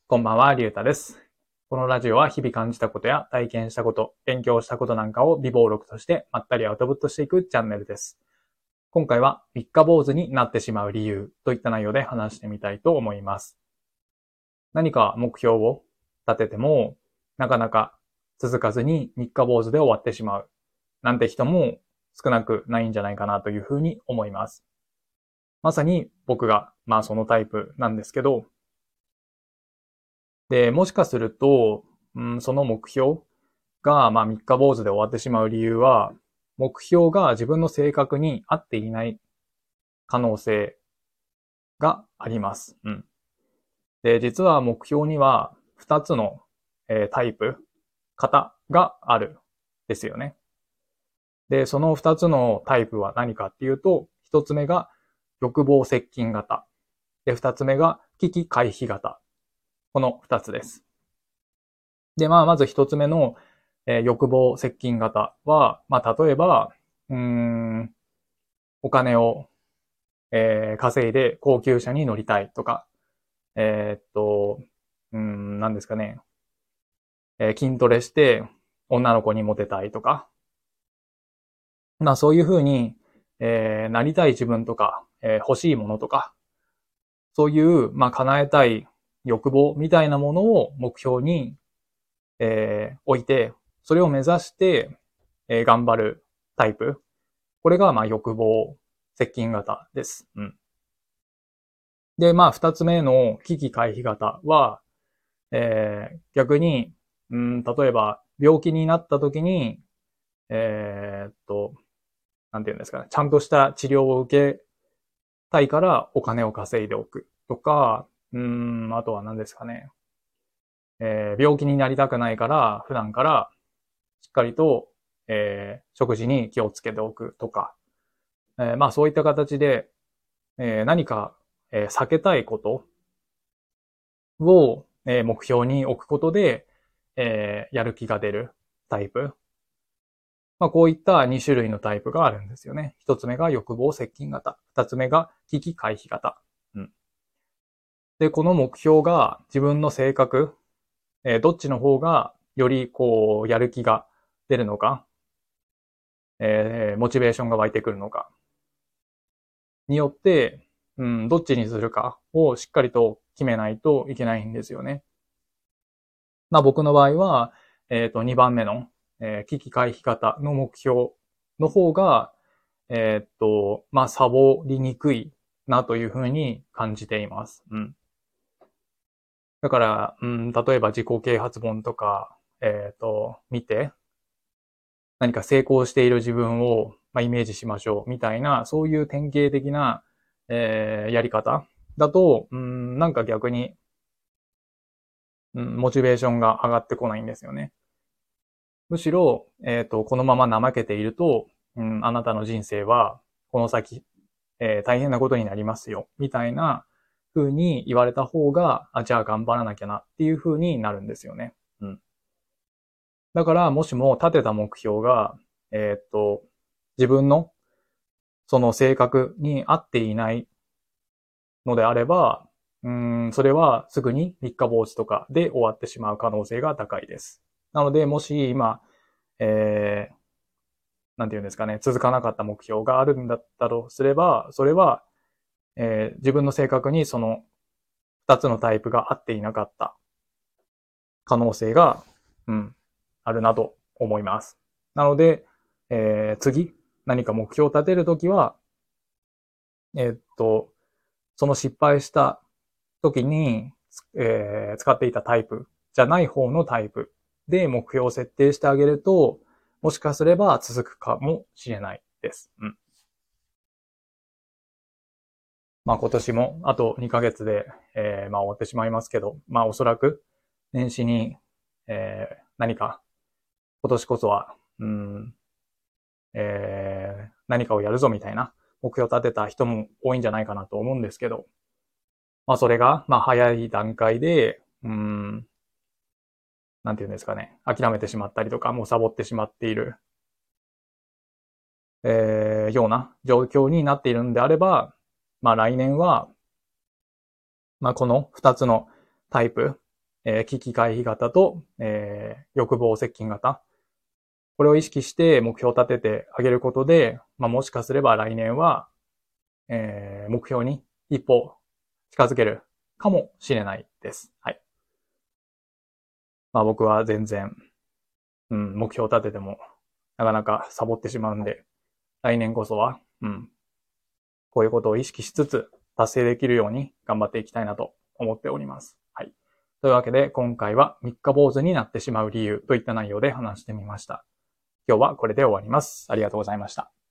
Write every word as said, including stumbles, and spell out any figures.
こんばんは、りゅうたです。このラジオは日々感じたことや体験したこと、勉強したことなんかを微暴録としてまったりアウトプットしていくチャンネルです。今回は三日坊主になってしまう理由といった内容で話してみたいと思います。何か目標を立ててもなかなか続かずに三日坊主で終わってしまうなんて人も少なくないんじゃないかなというふうに思います。まさに僕がまあそのタイプなんですけど、で、もしかすると、うん、その目標が、まあ、三日坊主で終わってしまう理由は、目標が自分の性格に合っていない可能性があります。うん。で、実は目標には二つの、えータイプ、型があるですよね。で、その二つのタイプは何かっていうと、一つ目が欲望接近型。で、二つ目が危機回避型。この二つです。で、まあ、まず一つ目の、えー欲望接近型は、まあ、例えば、うーん、お金を、えー稼いで高級車に乗りたいとか、えーっと、うーん、何ですかね、えー筋トレして女の子にモテたいとか、まあ、そういうふうに、えーなりたい自分とか、えー欲しいものとか、そういう、まあ、叶えたい欲望みたいなものを目標に、えー置いて、それを目指して、えー頑張るタイプ。これが、まあ、欲望接近型です。うん。で、まあ、二つ目の危機回避型は、えー逆に、うん、例えば、病気になった時に、えーっと、なんていうんですかね、ちゃんとした治療を受けたいからお金を稼いでおくとか、うん、あとは何ですかね、えー病気になりたくないから、普段からしっかりと、えー食事に気をつけておくとか、えーまあそういった形で、えー何か、えー避けたいことを、えー目標に置くことで、えーやる気が出るタイプ。まあこういったに種類のタイプがあるんですよね。一つ目が欲望接近型。二つ目が危機回避型。うん。で、この目標が自分の性格、えーどっちの方がよりこう、やる気が出るのか、えーモチベーションが湧いてくるのかによって、うん、どっちにするかをしっかりと決めないといけないんですよね。まあ僕の場合は、えっと、にばんめの、えー危機回避型の目標の方が、えっと、まあサボりにくいなというふうに感じています。うん。だから、うん、例えば自己啓発本とか、えっと、見て、何か成功している自分を、まあ、イメージしましょうみたいな、そういう典型的な、えーやり方だと、うん、なんか逆に、うん、モチベーションが上がってこないんですよね。むしろ、えっと、このまま怠けていると、うん、あなたの人生は、この先、えー大変なことになりますよ、みたいな風に言われた方が、あ、じゃあ頑張らなきゃなっていう風になるんですよね。うん。だから、もしも立てた目標が、えーっと、自分のその性格に合っていないのであれば、うん、それはすぐに三日坊主とかで終わってしまう可能性が高いです。なので、もし今、えー、なんていうんですかね、続かなかった目標があるんだったとすれば、それは、えー自分の性格にその二つのタイプが合っていなかった可能性が、うん、あるなと思います。なので、えー次、何か目標を立てるときは、えーっと、その失敗した時に、えー使っていたタイプじゃない方のタイプで目標を設定してあげると、もしかすれば続くかもしれないです。うん。まあ今年もあとにかげつで、えーまあ終わってしまいますけど、まあおそらく年始に、えー何か今年こそは、うん、えー何かをやるぞみたいな目標を立てた人も多いんじゃないかなと思うんですけど、まあそれが、まあ早い段階で、うん、なんていうんですかね、諦めてしまったりとか、もうサボってしまっている、えー、ような状況になっているんであれば、まあ来年は、まあこの二つのタイプえー、危機回避型と、えー、欲望接近型。これを意識して目標を立ててあげることで、まあ、もしかすれば来年は、えー、目標に一歩近づけるかもしれないです。はい。まあ僕は全然、うん、目標を立てても、なかなかサボってしまうんで、来年こそは、うん、こういうことを意識しつつ、達成できるように頑張っていきたいなと思っております。はい。というわけで、今回は三日坊主になってしまう理由といった内容で話してみました。今日はこれで終わります。ありがとうございました。